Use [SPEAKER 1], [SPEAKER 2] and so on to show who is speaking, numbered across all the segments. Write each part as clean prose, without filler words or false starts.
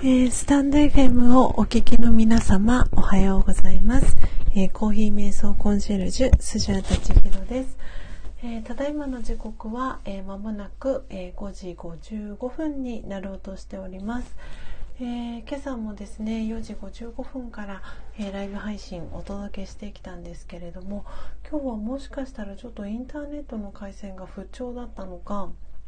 [SPEAKER 1] スタンド FM をお聞きの皆様、おはようございます。コーヒー瞑想コンシェルジュスジャータ千尋です。ただいまの時刻は、間もなく、5時55分になろうとしております。今朝もですね4時55分から、ライブ配信お届けしてきたんですけれども、今日はもしかしたらちょっとインターネットの回線が不調だったのか、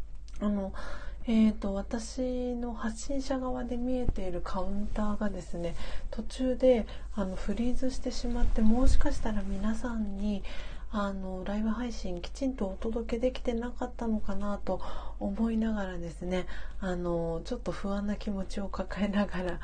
[SPEAKER 1] 私の発信者側で見えているカウンターがですね、途中でフリーズしてしまって、もしかしたら皆さんにライブ配信きちんとお届けできてなかったのかなと思いながらですね、ちょっと不安な気持ちを抱えながら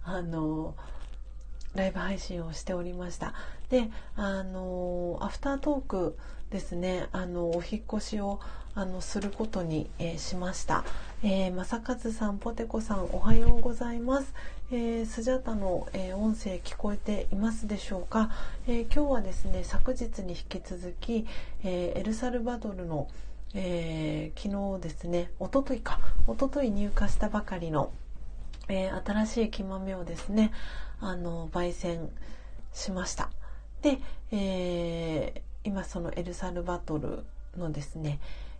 [SPEAKER 1] ライブ配信をしておりました。で、アフタートークですね、お引越しをすることに、しました。正和さん、ポテコさん、おはようございます。スジャタの、音声聞こえていますでしょうか。今日はですね、昨日に引き続き、エルサルバドルの、昨日ですね、一昨日入荷したばかりの、新しい木豆をですね、焙煎しました。で、今そのエルサルバドルのですね、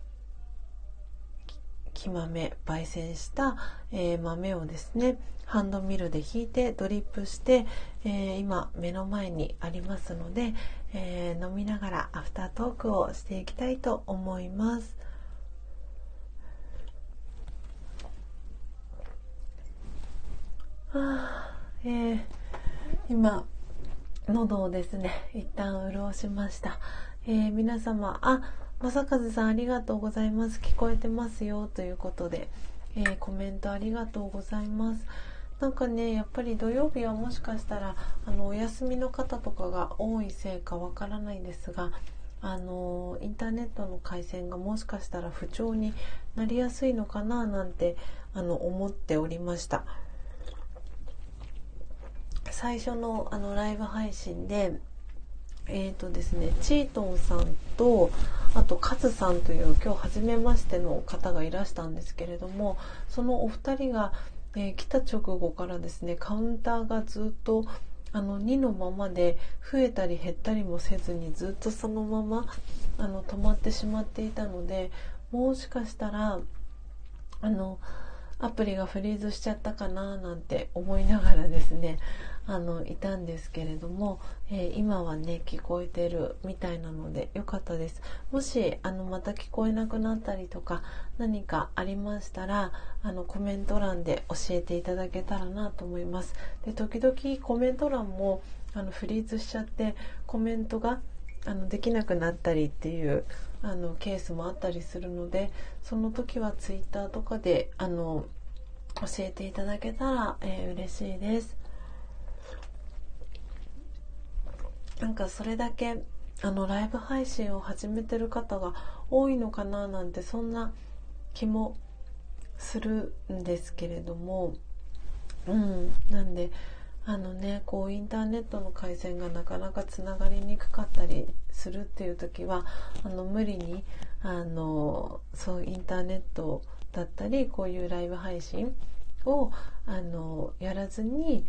[SPEAKER 1] 木豆焙煎した、豆をですね、ハンドミルでひいてドリップして、今目の前にありますので、飲みながらアフタートークをしていきたいと思います。今喉をですね一旦潤しました。皆様、正和さんありがとうございます。聞こえてますよということで、コメントありがとうございます。なんかね、やっぱり土曜日はもしかしたらお休みの方とかが多いせいかわからないですが、インターネットの回線がもしかしたら不調になりやすいのかななんて思っておりました。最初のライブ配信でですね、チートンさんとあとカズさんという今日初めましての方がいらしたんですけれども、そのお二人が、来た直後からですね、カウンターがずっと2のままで増えたり減ったりもせずにずっとそのまま止まってしまっていたので、もしかしたらアプリがフリーズしちゃったかななんて思いながらですねいたんですけれども、今はね聞こえてるみたいなのでよかったです。もしまた聞こえなくなったりとか何かありましたらコメント欄で教えていただけたらなと思います。で、時々コメント欄もフリーズしちゃってコメントができなくなったりっていうケースもあったりするので、その時はツイッターとかで教えていただけたら、嬉しいです。なんかそれだけライブ配信を始めてる方が多いのかななんて、そんな気もするんですけれども、なんでこうインターネットの回線がなかなかつながりにくかったりするっていう時は無理にそうインターネットだったりこういうライブ配信をやらずに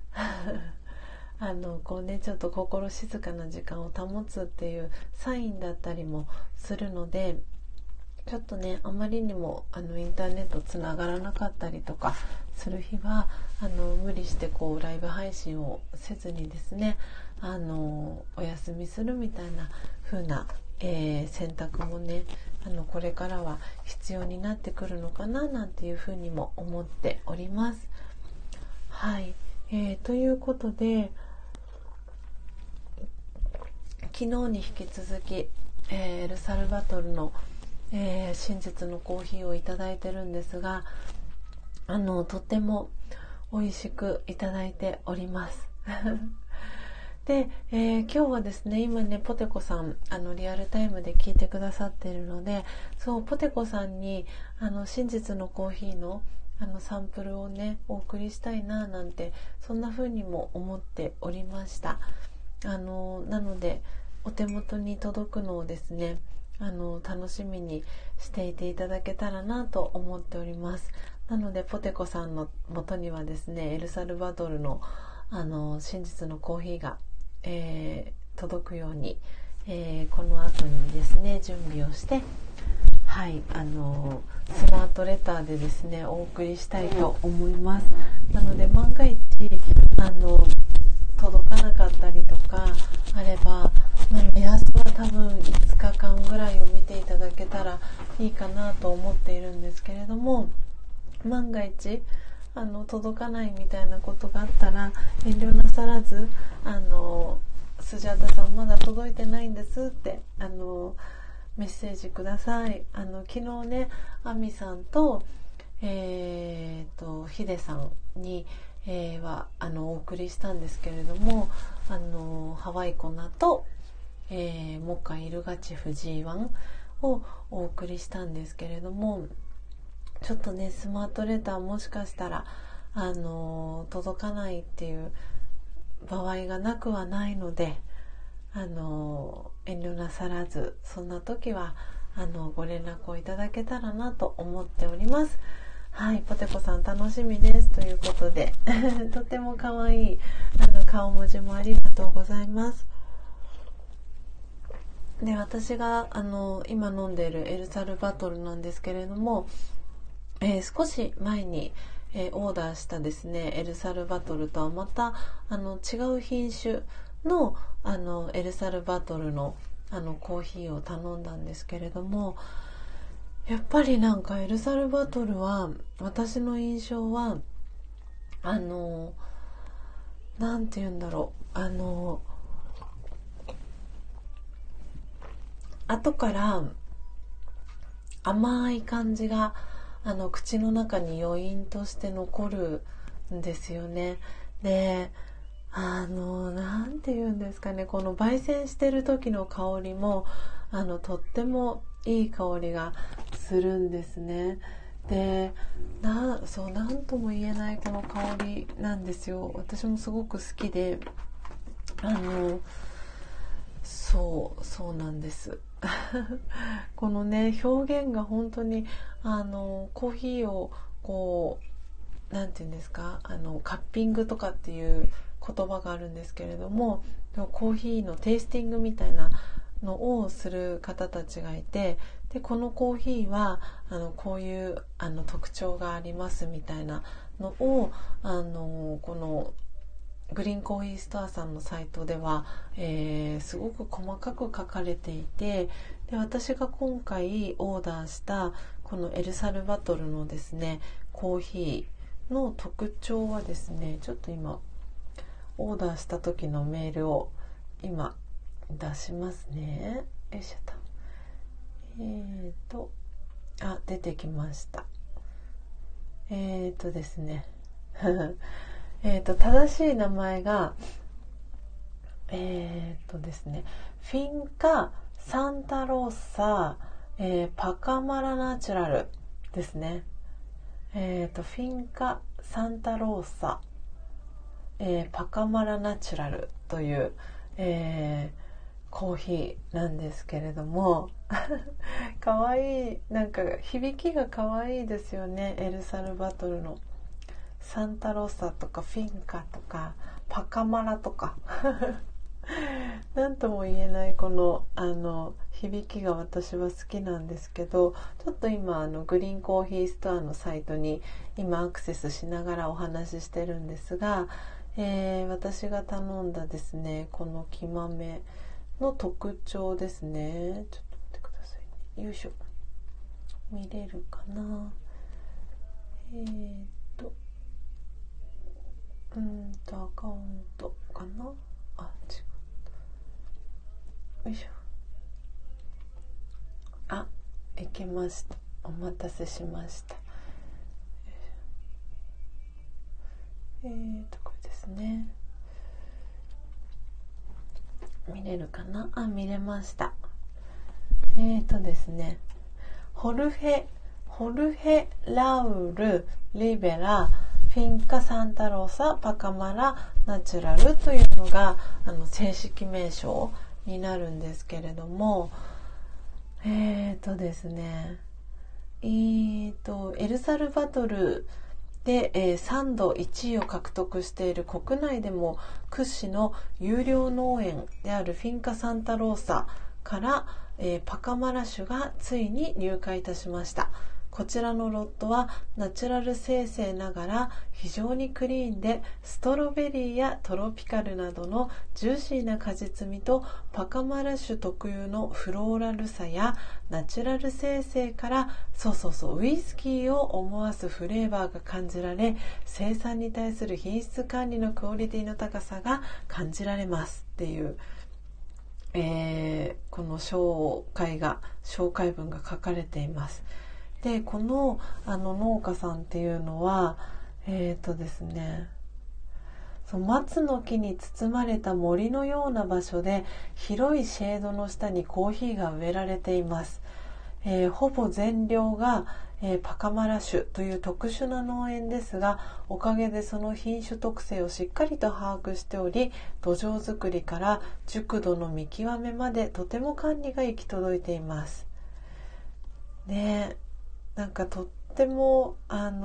[SPEAKER 1] こうねちょっと心静かな時間を保つっていうサインだったりもするので、ちょっとねあまりにもインターネットつながらなかったりとかする日は無理してこうライブ配信をせずにですねお休みするみたいな風な、選択もねこれからは必要になってくるのかななんていう風にも思っております。はい、ということで昨日に引き続き、エルサルバトルの真実のコーヒーをいただいてるんですが、とっても美味しくいただいておりますで、今日はですね今ねポテコさんリアルタイムで聞いてくださっているので、そうポテコさんに真実のコーヒーのサンプルをねお送りしたいななんて、そんな風にも思っておりました。なのでお手元に届くのをですね楽しみにしていていただけたらなと思っております。 なのでポテコさんの元にはですね、エルサルバドルの真実のコーヒーが、届くように、この後にですね準備をして、はい、スマートレターでですねお送りしたいと思います。なので万が一届かなかったりとかあれば、目安は多分5日間ぐらいを見ていただけたらいいかなと思っているんですけれども、万が一届かないみたいなことがあったら遠慮なさらずスジャータさんまだ届いてないんですってメッセージください。昨日ねアミさんとヒデさんに、お送りしたんですけれども、ハワイコナと、モカイルガチフ G1 をお送りしたんですけれども、ちょっとねスマートレターもしかしたら届かないっていう場合がなくはないので、遠慮なさらずそんな時はご連絡をいただけたらなと思っております。はい、ポテコさん楽しみですということでとても可愛い顔文字もありがとうございます。で、私が今飲んでいるエルサルバトルなんですけれども、少し前に、オーダーしたですねエルサルバトルとはまた違う品種のエルサルバトルのコーヒーを頼んだんですけれども、やっぱりなんかエルサルバトルは私の印象はなんて言うんだろう、後から甘い感じが口の中に余韻として残るんですよね。でなんて言うんですかね、この焙煎してる時の香りもとってもいい香りがするんですね。でなんとも言えないこの香りなんですよ。私もすごく好きでそうなんですこのね表現が本当にコーヒーをこうなんていうんですか、カッピングとかっていう言葉があるんですけれども、コーヒーのテイスティングみたいなのをする方たちがいて、でこのコーヒーはこういう特徴がありますみたいなのをこのグリーンコーヒーストアさんのサイトでは、すごく細かく書かれていて、で私が今回オーダーしたこのエルサルバトルのですねコーヒーの特徴はですね、ちょっと今オーダーした時のメールを今出しますね。よいしょと出てきました。ですね正しい名前がですねフィンカサンタローサ、パカマラナチュラルですね。フィンカサンタローサ、パカマラナチュラルという、コーヒーなんですけれどもかわいい、なんか響きがかわいいですよね。エルサルバトルのサンタローサとかフィンカとかパカマラとかなんとも言えないこの響きが私は好きなんですけど、ちょっと今グリーンコーヒーストアのサイトに今アクセスしながらお話ししてるんですが、私が頼んだですねこの木豆の特徴ですね。ちょっと待ってくださいね。よいしょ、見れるかな。アカウントかな。違う。よいしょ。いけました。お待たせしました。これですね。見れるかな。見れました。ですね。ホルヘラウルリベラフィンカサンタローサパカマラナチュラルというのが正式名称になるんですけれども、ですね、 エルサルバドルで、3度1位を獲得している国内でも屈指の有料農園であるフィンカサンタローサから、パカマラ酒がついに入荷いたしました。こちらのロットはナチュラル生成ながら非常にクリーンで、ストロベリーやトロピカルなどのジューシーな果実味とパカマラ酒特有のフローラルさやナチュラル生成からウイスキーを思わすフレーバーが感じられ、生産に対する品質管理のクオリティの高さが感じられますっていう、この紹介文が書かれています。でこの農家さんっていうのはですね、松の木に包まれた森のような場所で広いシェードの下にコーヒーが植えられています。ほぼ全量が、パカマラ種という特殊な農園ですが、おかげでその品種特性をしっかりと把握しており、土壌作りから熟度の見極めまでとても管理が行き届いています。ね、なんかとっても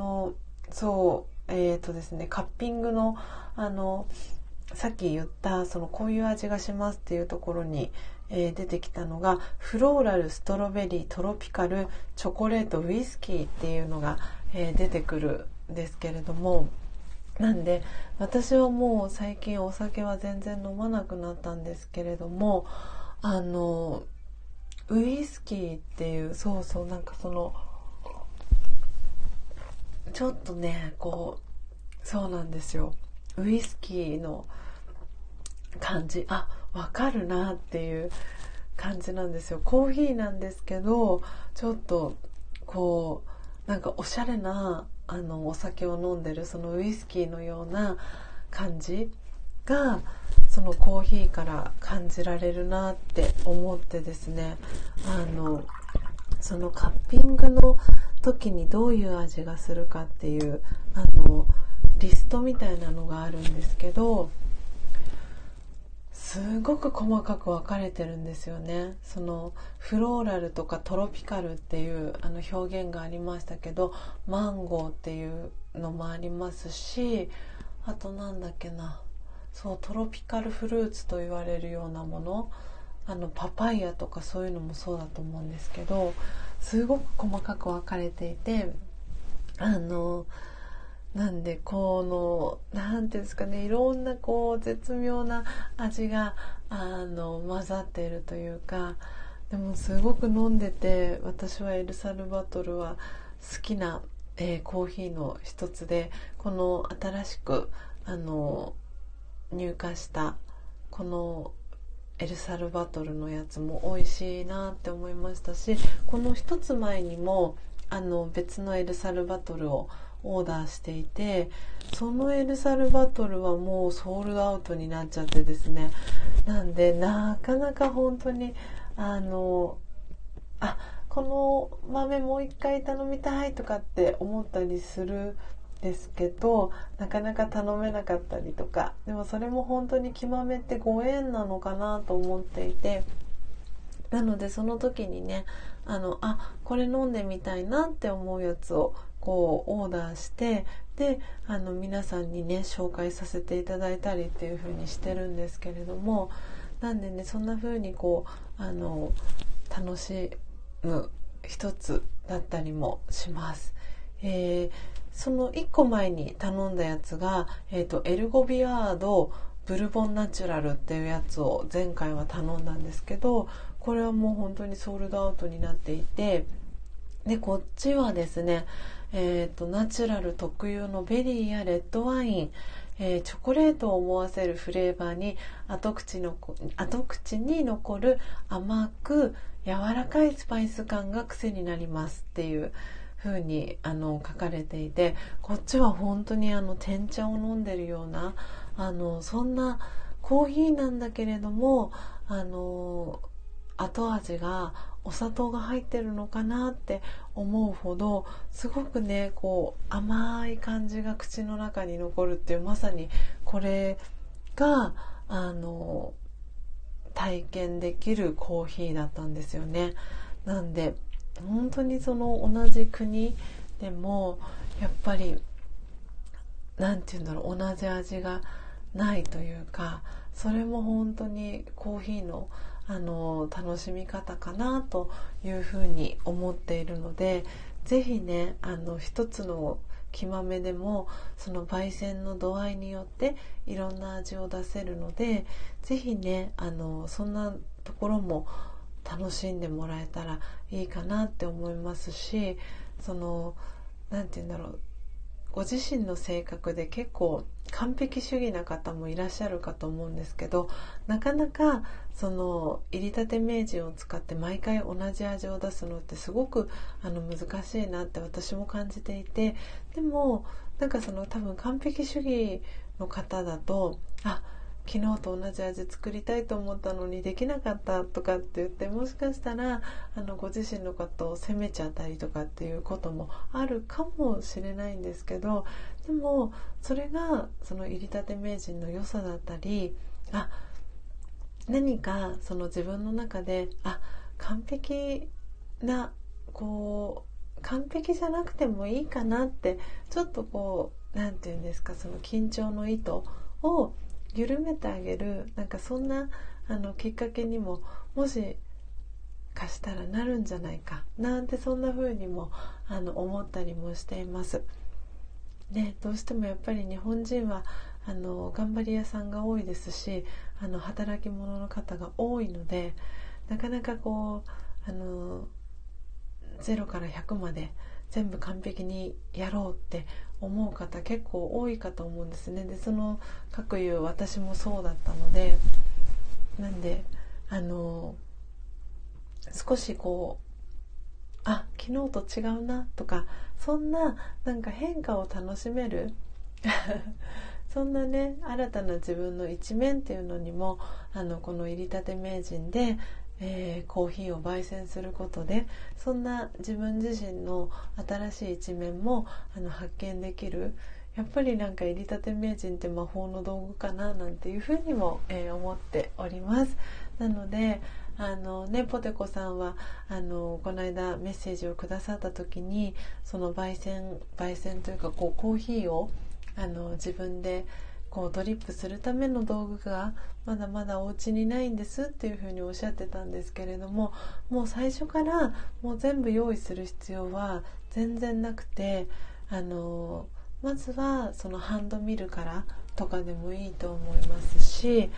[SPEAKER 1] ですね、カッピングのさっき言ったこういう味がしますっていうところに、出てきたのがフローラル、ストロベリー、トロピカル、チョコレート、ウイスキーっていうのが、出てくるんですけれども、なんで私はもう最近お酒は全然飲まなくなったんですけれども、ウイスキーっていうなんかちょっとねそうなんですよ、ウイスキーの感じわかるなっていう感じなんですよ。コーヒーなんですけど、ちょっとなんかおしゃれなお酒を飲んでるそのウイスキーのような感じがそのコーヒーから感じられるなって思ってですね、そのカッピングの時にどういう味がするかっていうリストみたいなのがあるんですけど、すごく細かく分かれてるんですよね。そのフローラルとかトロピカルっていう表現がありましたけど、マンゴーっていうのもありますし、あとなんだっけな、トロピカルフルーツと言われるようなもの、パパイヤとかそういうのもそうだと思うんですけど、すごく細かく分かれていて、なんでなんていうんですかね、いろんな絶妙な味が混ざっているというか、でもすごく飲んでて、私はエルサルバトルは好きな、コーヒーの一つで、この新しく入荷したこのエルサルバトルのやつも美味しいなって思いましたし、この一つ前にも別のエルサルバトルをオーダーしていて、そのエルサルバトルはもうソールドアウトになっちゃってですね、なんでなかなか本当にこの豆もう一回頼みたいとかって思ったりするんですけど、なかなか頼めなかったりとか、でもそれも本当に極めってご縁なのかなと思っていて、なのでその時にね、これ飲んでみたいなって思うやつをオーダーして、で皆さんにね紹介させていただいたりっていう風にしてるんですけれども、なんでね、そんな風に楽しむ一つだったりもします。その1個前に頼んだやつが、エルゴビアードブルボンナチュラルっていうやつを前回は頼んだんですけど、これはもう本当にソールドアウトになっていて、でこっちはですね、ナチュラル特有のベリーやレッドワイン、チョコレートを思わせるフレーバーに後口に残る甘く柔らかいスパイス感が癖になりますっていう風に書かれていて、こっちは本当に天茶を飲んでるようなそんなコーヒーなんだけれども、後味がお砂糖が入ってるのかなって思うほど、すごくね甘い感じが口の中に残るっていう、まさにこれが体験できるコーヒーだったんですよね。なんで本当にその同じ国でもやっぱりなんていうんだろう、同じ味がないというか、それも本当にコーヒーの楽しみ方かなというふうに思っているので、ぜひね一つの木豆でもその焙煎の度合いによっていろんな味を出せるので、ぜひねそんなところも楽しんでもらえたらいいかなって思いますし、そのなんていうんだろう、ご自身の性格で結構完璧主義な方もいらっしゃるかと思うんですけど、なかなかその入りたて名人を使って毎回同じ味を出すのってすごく難しいなって私も感じていて、でもなんかその多分完璧主義の方だと、昨日と同じ味作りたいと思ったのにできなかったとかって言って、もしかしたらご自身のことを責めちゃったりとかっていうこともあるかもしれないんですけど、でもそれがその入りたて名人の良さだったり、何かその自分の中で完璧な完璧じゃなくてもいいかなって、ちょっとなんていうんですか、その緊張の糸を緩めてあげる、なんかそんなきっかけにももしかしたらなるんじゃないかなんて、そんな風にも思ったりもしていますね。どうしてもやっぱり日本人は頑張り屋さんが多いですし、働き者の方が多いので、なかなか0から100まで全部完璧にやろうって思う方結構多いかと思うんですね。でその各いう私もそうだったので、なんで少し昨日と違うなとか、そんななんか変化を楽しめるそんなね新たな自分の一面っていうのにもこの入りたて名人でコーヒーを焙煎することで、そんな自分自身の新しい一面も発見できる。やっぱりなんか入りたて名人って魔法の道具かななんていうふうにも、思っております。なのでポテコさんはこの間メッセージをくださった時に、その焙煎というかコーヒーを自分でドリップするための道具がまだまだお家にないんですっていうふうにおっしゃってたんですけれども、もう最初からもう全部用意する必要は全然なくて、まずはそのハンドミルからとかでもいいと思いますし、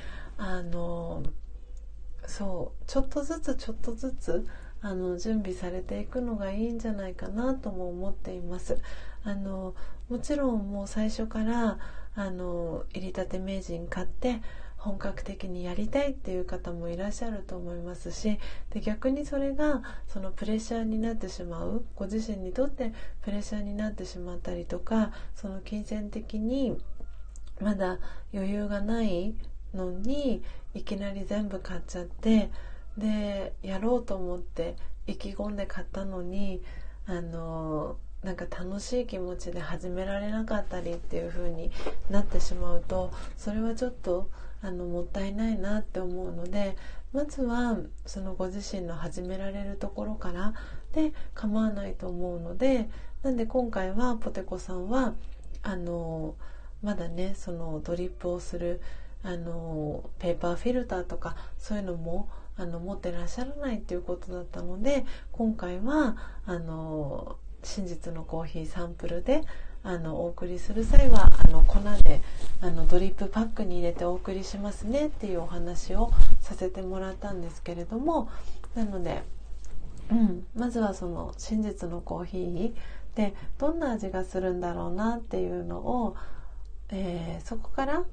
[SPEAKER 1] そうちょっとずつ準備されていくのがいいんじゃないかなとも思っています。もちろんもう最初から入りたて名人買って本格的にやりたいっていう方もいらっしゃると思いますし、で逆にそれがそのプレッシャーになってしまう、ご自身にとってプレッシャーになってしまったりとか、その金銭的にまだ余裕がないのにいきなり全部買っちゃって、でやろうと思って意気込んで買ったのになんか楽しい気持ちで始められなかったりっていう風になってしまうと、それはちょっともったいないなって思うので、まずはそのご自身の始められるところからで構わないと思うので、なんで今回はポテコさんはまだねそのドリップをするペーパーフィルターとかそういうのも持ってらっしゃらないっていうことだったので、今回は真実のコーヒーサンプルでお送りする際は粉でドリップパックに入れてお送りしますねっていうお話をさせてもらったんですけれども、なので、まずはその真実のコーヒーでどんな味がするんだろうなっていうのを、そこから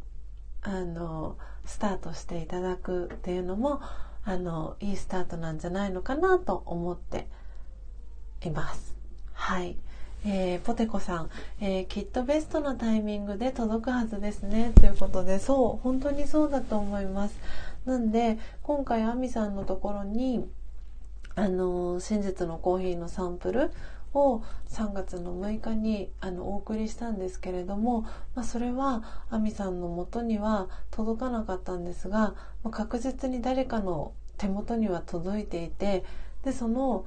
[SPEAKER 1] スタートしていただくっていうのもいいスタートなんじゃないのかなと思っています。はい、ポテコさん、きっとベストなタイミングで届くはずですねということで、そう本当にそうだと思います。なんで今回アミさんのところに真実のコーヒーのサンプルを3月の6日にお送りしたんですけれども、それはアミさんの元には届かなかったんですが、確実に誰かの手元には届いていて、でその、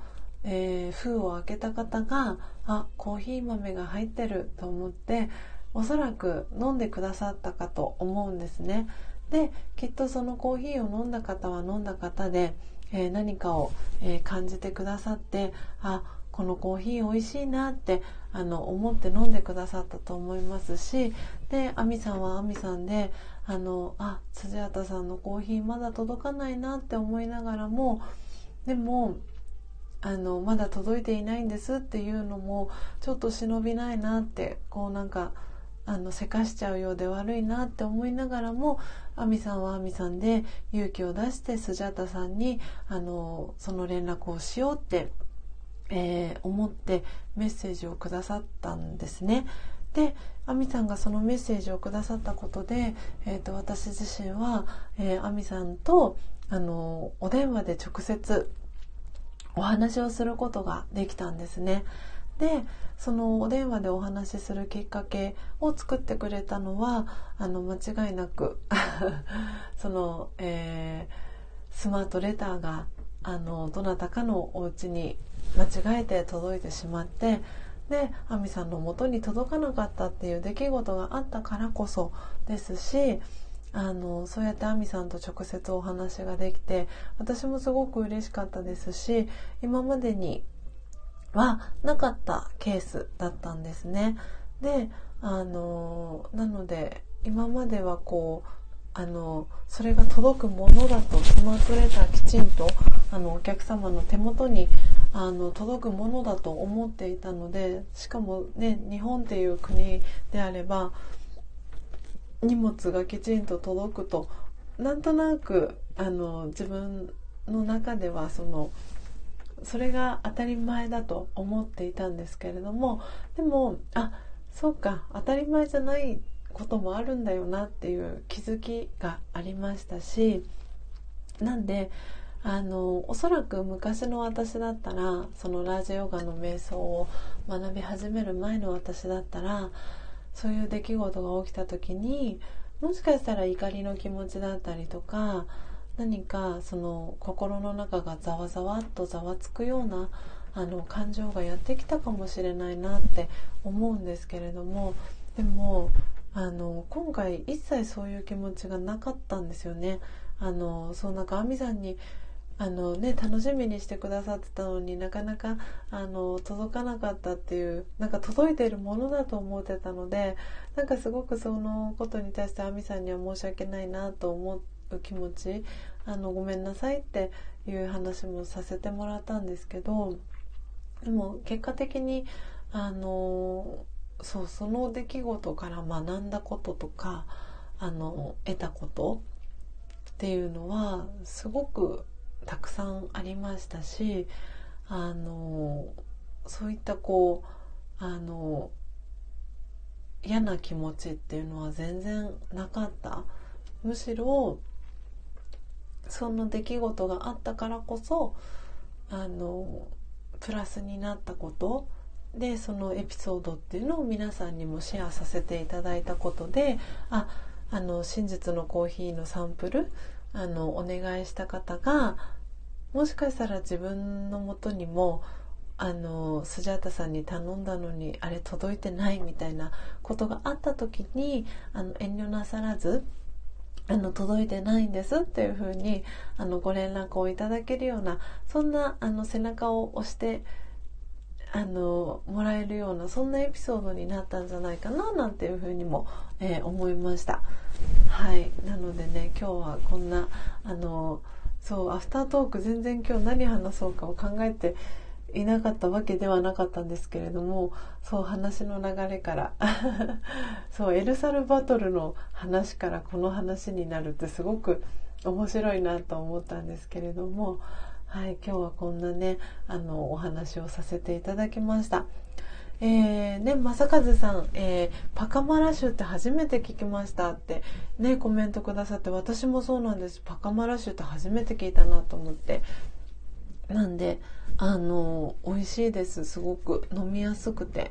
[SPEAKER 1] 封を開けた方がコーヒー豆が入ってると思っておそらく飲んでくださったかと思うんですね。できっとそのコーヒーを飲んだ方は飲んだ方で、何かを、感じてくださってこのコーヒー美味しいなって思って飲んでくださったと思いますし、で亜美さんは亜美さんで辻畑さんのコーヒーまだ届かないなって思いながらも、でもまだ届いていないんですっていうのもちょっと忍びないなってせかしちゃうようで悪いなって思いながらも、亜美さんは亜美さんで勇気を出してスジャータさんにその連絡をしようって、思ってメッセージをくださったんですね。で亜美さんがそのメッセージをくださったことで、私自身は、亜美さんとお電話で直接お話をすることができたんですね。でそのお電話でお話しするきっかけを作ってくれたのは間違いなくその、スマートレターがどなたかのお家に間違えて届いてしまって、で亜美さんの元に届かなかったっていう出来事があったからこそですし、そうやって亜美さんと直接お話ができて私もすごく嬉しかったですし、今までにはなかったケースだったんですね。でなので今まではそれが届くものだと、スマートレターきちんとお客様の手元に届くものだと思っていたので、しかもね日本っていう国であれば荷物がきちんと届くとなんとなく自分の中ではそれが当たり前だと思っていたんですけれども、でもそうか当たり前じゃないこともあるんだよなっていう気づきがありましたし、なんでおそらく昔の私だったら、そのラージヨガの瞑想を学び始める前の私だったら、そういう出来事が起きた時にもしかしたら怒りの気持ちだったりとか、何かその心の中がざわざわっとざわつくような感情がやってきたかもしれないなって思うんですけれども、でも今回一切そういう気持ちがなかったんですよね。亜美さんに楽しみにしてくださってたのになかなか届かなかったっていう、届いているものだと思ってたので、すごくそのことに対して亜美さんには申し訳ないなと思う気持ち、ごめんなさいっていう話もさせてもらったんですけど、でも結果的にその出来事から学んだこととか得たことっていうのはすごくたくさんありましたし、そういった嫌な気持ちっていうのは全然なかった。むしろその出来事があったからこそプラスになったことで、そのエピソードっていうのを皆さんにもシェアさせていただいたことで、真実のコーヒーのサンプルお願いした方がもしかしたら自分の元にもスジャータさんに頼んだのにあれ届いてないみたいなことがあった時に遠慮なさらず届いてないんですっていう風にご連絡をいただけるような、そんな背中を押してもらえるような、そんなエピソードになったんじゃないかななんていう風にも、思いました。はい、なのでね、今日はこんなアフタートーク全然今日何話そうかを考えていなかったわけではなかったんですけれども、話の流れからエルサルバトルの話からこの話になるってすごく面白いなと思ったんですけれども、はい、今日はこんなねお話をさせていただきました。正和さん、パカマラシュって初めて聞きましたってねコメントくださって、私もそうなんです。パカマラシュって初めて聞いたなと思って、なんで美味しいです。すごく飲みやすくて、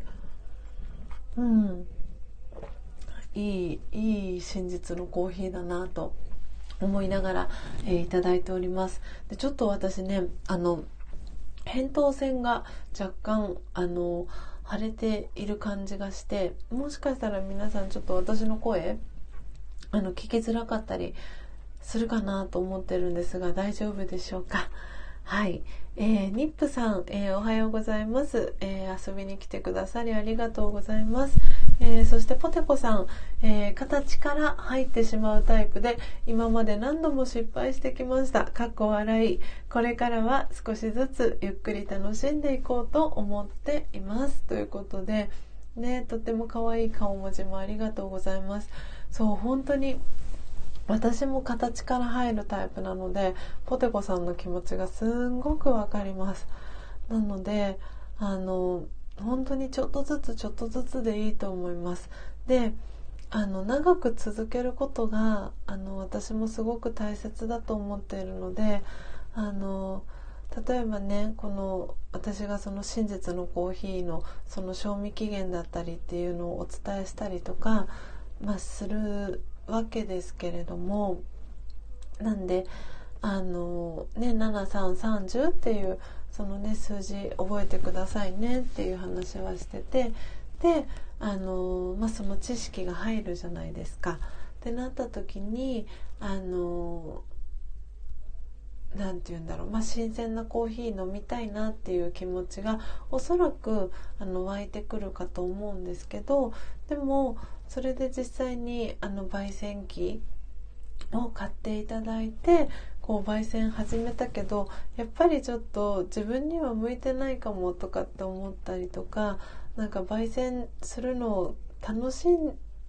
[SPEAKER 1] いい真実のコーヒーだなと思いながら、いただいております。でちょっと私ね扁桃腺が若干腫れている感じがして、もしかしたら皆さんちょっと私の声聞きづらかったりするかなと思ってるんですが、大丈夫でしょうか。はい、ニップさん、おはようございます、遊びに来てくださりありがとうございます。そしてポテコさん、形から入ってしまうタイプで今まで何度も失敗してきました。かっこ笑い。これからは少しずつゆっくり楽しんでいこうと思っています、ということでね、とても可愛い顔文字もありがとうございます。そう、本当に私も形から入るタイプなので、ポテコさんの気持ちがすんごくわかります。なので本当にちょっとずつでいいと思います。で、長く続けることが私もすごく大切だと思っているので、例えばね、この私がその真実のコーヒーのその賞味期限だったりっていうのをお伝えしたりとか、するわけですけれども、なんで7330っていうそのね数字覚えてくださいねっていう話はしてて、でその知識が入るじゃないですかってなった時になんて言うんだろう、新鮮なコーヒー飲みたいなっていう気持ちがおそらく湧いてくるかと思うんですけど、でもそれで実際に焙煎機を買っていただいてこう焙煎始めたけど、やっぱりちょっと自分には向いてないかもとかって思ったりとか、なんか焙煎するの楽しい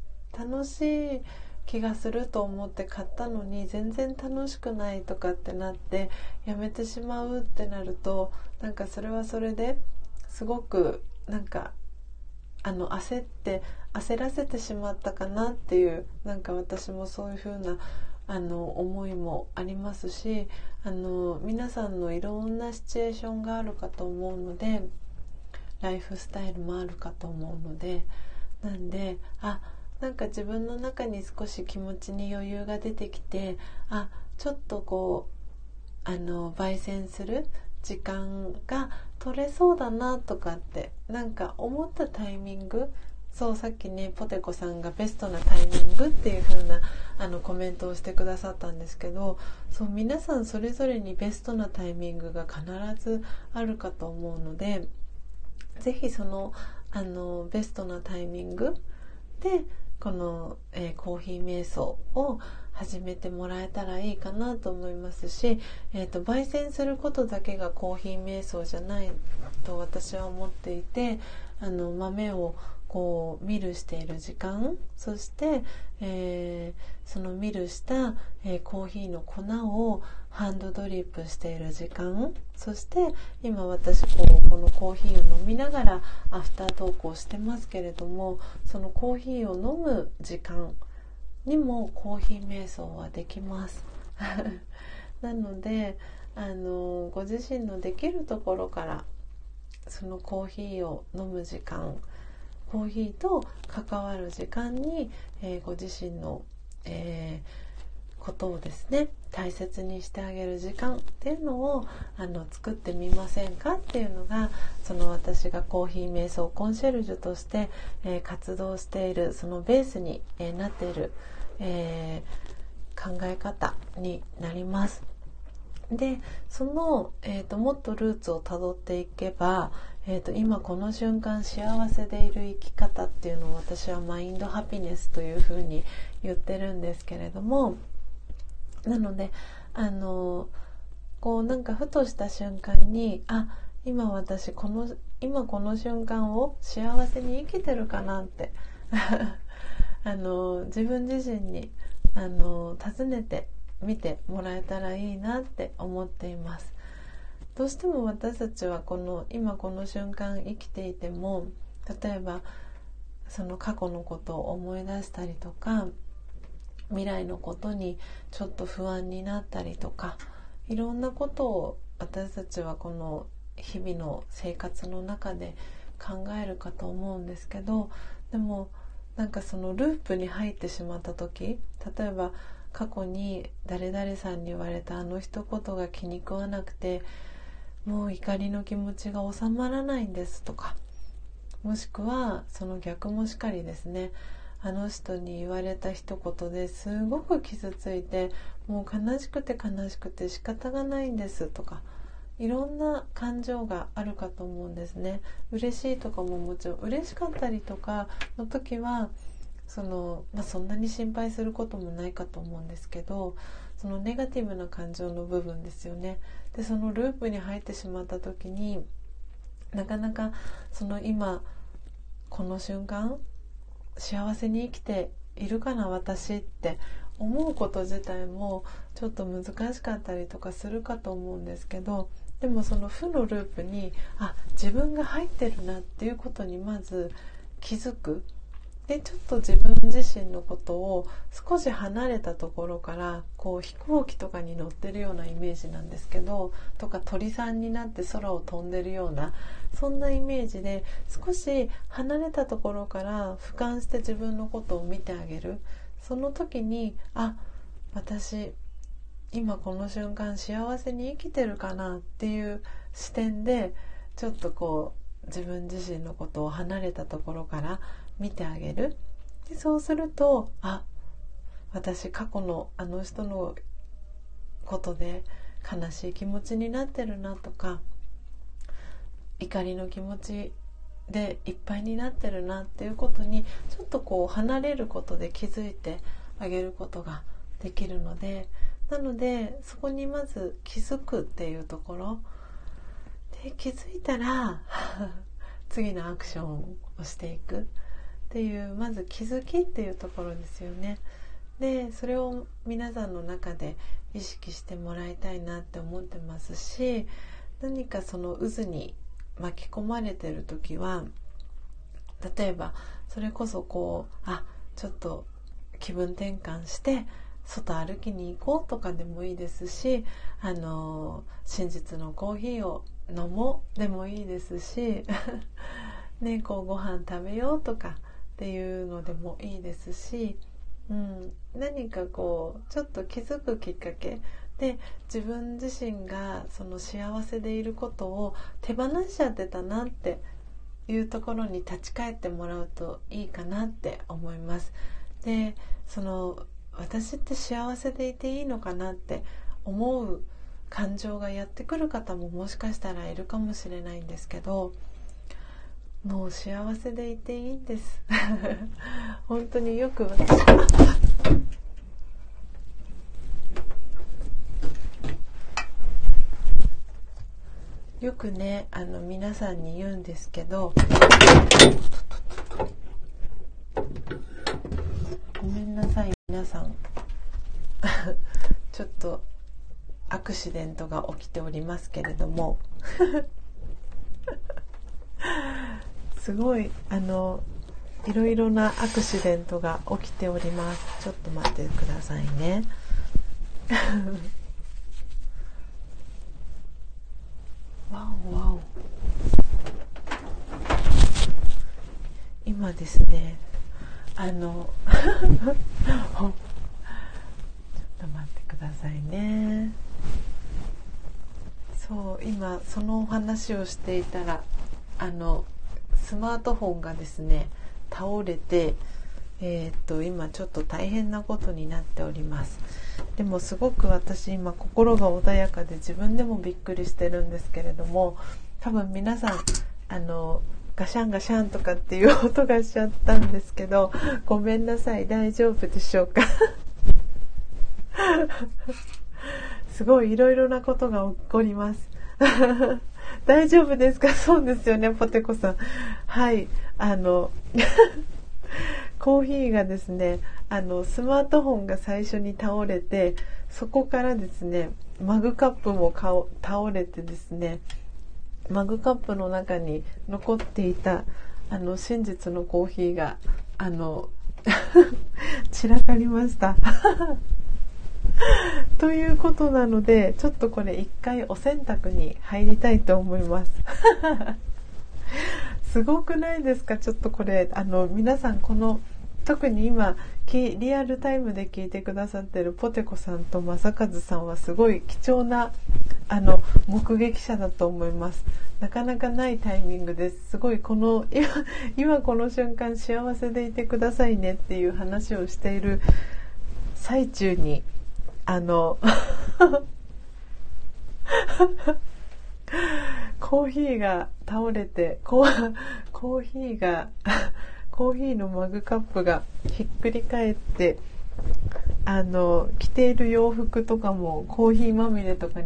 [SPEAKER 1] 気がすると思って買ったのに全然楽しくないとかってなってやめてしまうってなると、なんかそれはそれですごくなんか焦らせてしまったかなっていう、なんか私もそういう風な思いもありますし、皆さんのいろんなシチュエーションがあるかと思うので、ライフスタイルもあるかと思うので、なんでなんか自分の中に少し気持ちに余裕が出てきて、ちょっとこう焙煎する時間が取れそうだなとかってなんか思ったタイミング、そう、さっきねポテコさんがベストなタイミングっていう風なコメントをしてくださったんですけど、そう、皆さんそれぞれにベストなタイミングが必ずあるかと思うので、ぜひそのベストなタイミングでこの、コーヒー瞑想を始めてもらえたらいいかなと思いますし、焙煎することだけがコーヒー瞑想じゃないと私は思っていて、豆をこうミルしている時間、そして、そのミルした、コーヒーの粉をハンドドリップしている時間、そして今私このコーヒーを飲みながらアフタートークをしてますけれども、そのコーヒーを飲む時間にもコーヒー瞑想はできますなのでご自身のできるところからそのコーヒーを飲む時間、コーヒーと関わる時間に、ご自身の、ことをですね大切にしてあげる時間っていうのを作ってみませんかっていうのが、その私がコーヒー瞑想コンシェルジュとして、活動しているそのベースに、なっている、考え方になります。でその、もっとルーツをたどっていけば、今この瞬間幸せでいる生き方っていうのを私はマインドハピネスというふうに言ってるんですけれども、なのでこうなんかふとした瞬間に今私今この瞬間を幸せに生きてるかなって自分自身に尋ねてみてもらえたらいいなって思っています。どうしても私たちは今この瞬間生きていても、例えばその過去のことを思い出したりとか、未来のことにちょっと不安になったりとか、いろんなことを私たちはこの日々の生活の中で考えるかと思うんですけど、でもなんかそのループに入ってしまった時、例えば過去に誰々さんに言われた一言が気に食わなくてもう怒りの気持ちが収まらないんですとか、もしくはその逆もしかりですね。あの人に言われた一言ですごく傷ついて、もう悲しくて悲しくて仕方がないんですとか、いろんな感情があるかと思うんですね。嬉しいとかももちろん、嬉しかったりとかの時はそんなに心配することもないかと思うんですけど、そのネガティブな感情の部分ですよね。でそのループに入ってしまった時に、なかなか今この瞬間幸せに生きているかな私って思うこと自体もちょっと難しかったりとかするかと思うんですけど、でもその負のループに自分が入ってるなっていうことにまず気づく。でちょっと自分自身のことを少し離れたところから、こう飛行機とかに乗ってるようなイメージなんですけど、とか鳥さんになって空を飛んでるような、そんなイメージで少し離れたところから俯瞰して自分のことを見てあげる。その時に私今この瞬間幸せに生きてるかなっていう視点で、ちょっとこう自分自身のことを離れたところから見てあげる。でそうすると、私過去のあの人のことで悲しい気持ちになってるなとか、怒りの気持ちでいっぱいになってるなっていうことに、ちょっとこう離れることで気づいてあげることができるので、なのでそこにまず気づくっていうところで、気づいたら次のアクションをしていくっていう、まず気づきっていうところですよね。でそれを皆さんの中で意識してもらいたいなって思ってますし、何かその渦に巻き込まれてる時は、例えばそれこそこうちょっと気分転換して外歩きに行こうとかでもいいですし、真実のコーヒーを飲もうでもいいですしね、こうご飯食べようとかっていうのでもいいですし、何かこうちょっと気づくきっかけで、自分自身がその幸せでいることを手放しちゃってたなっていうところに立ち返ってもらうといいかなって思います。で私って幸せでいていいのかなって思う感情がやってくる方ももしかしたらいるかもしれないんですけど、もう幸せでいていいんです本当によくね皆さんに言うんですけど、ごめんなさい皆さんちょっとアクシデントが起きておりますけれどもすごいいろいろなアクシデントが起きております。ちょっと待ってくださいねわおわお、今ですねちょっと待ってくださいね。そう、今そのお話をしていたらスマートフォンがですね倒れて、今ちょっと大変なことになっております。でもすごく私今心が穏やかで自分でもびっくりしてるんですけれども、多分皆さんガシャンガシャンとかっていう音がしちゃったんですけど、ごめんなさい、大丈夫でしょうかすごいいろいろなことが起こります大丈夫ですか？そうですよね、ポテコさん。はい、コーヒーがですねスマートフォンが最初に倒れて、そこからですねマグカップも倒れてですね、マグカップの中に残っていた真実のコーヒーが散らかりましたということなので、ちょっとこれ一回お洗濯に入りたいと思いますすごくないですか？ちょっとこれ皆さん特に今リアルタイムで聞いてくださってるポテコさんと正和さんはすごい貴重な目撃者だと思います。なかなかないタイミングです。すごい今この瞬間幸せでいてくださいねっていう話をしている最中にコーヒーが倒れてコーヒーのマグカップがひっくり返って着ている洋服とかもコーヒーまみれとかに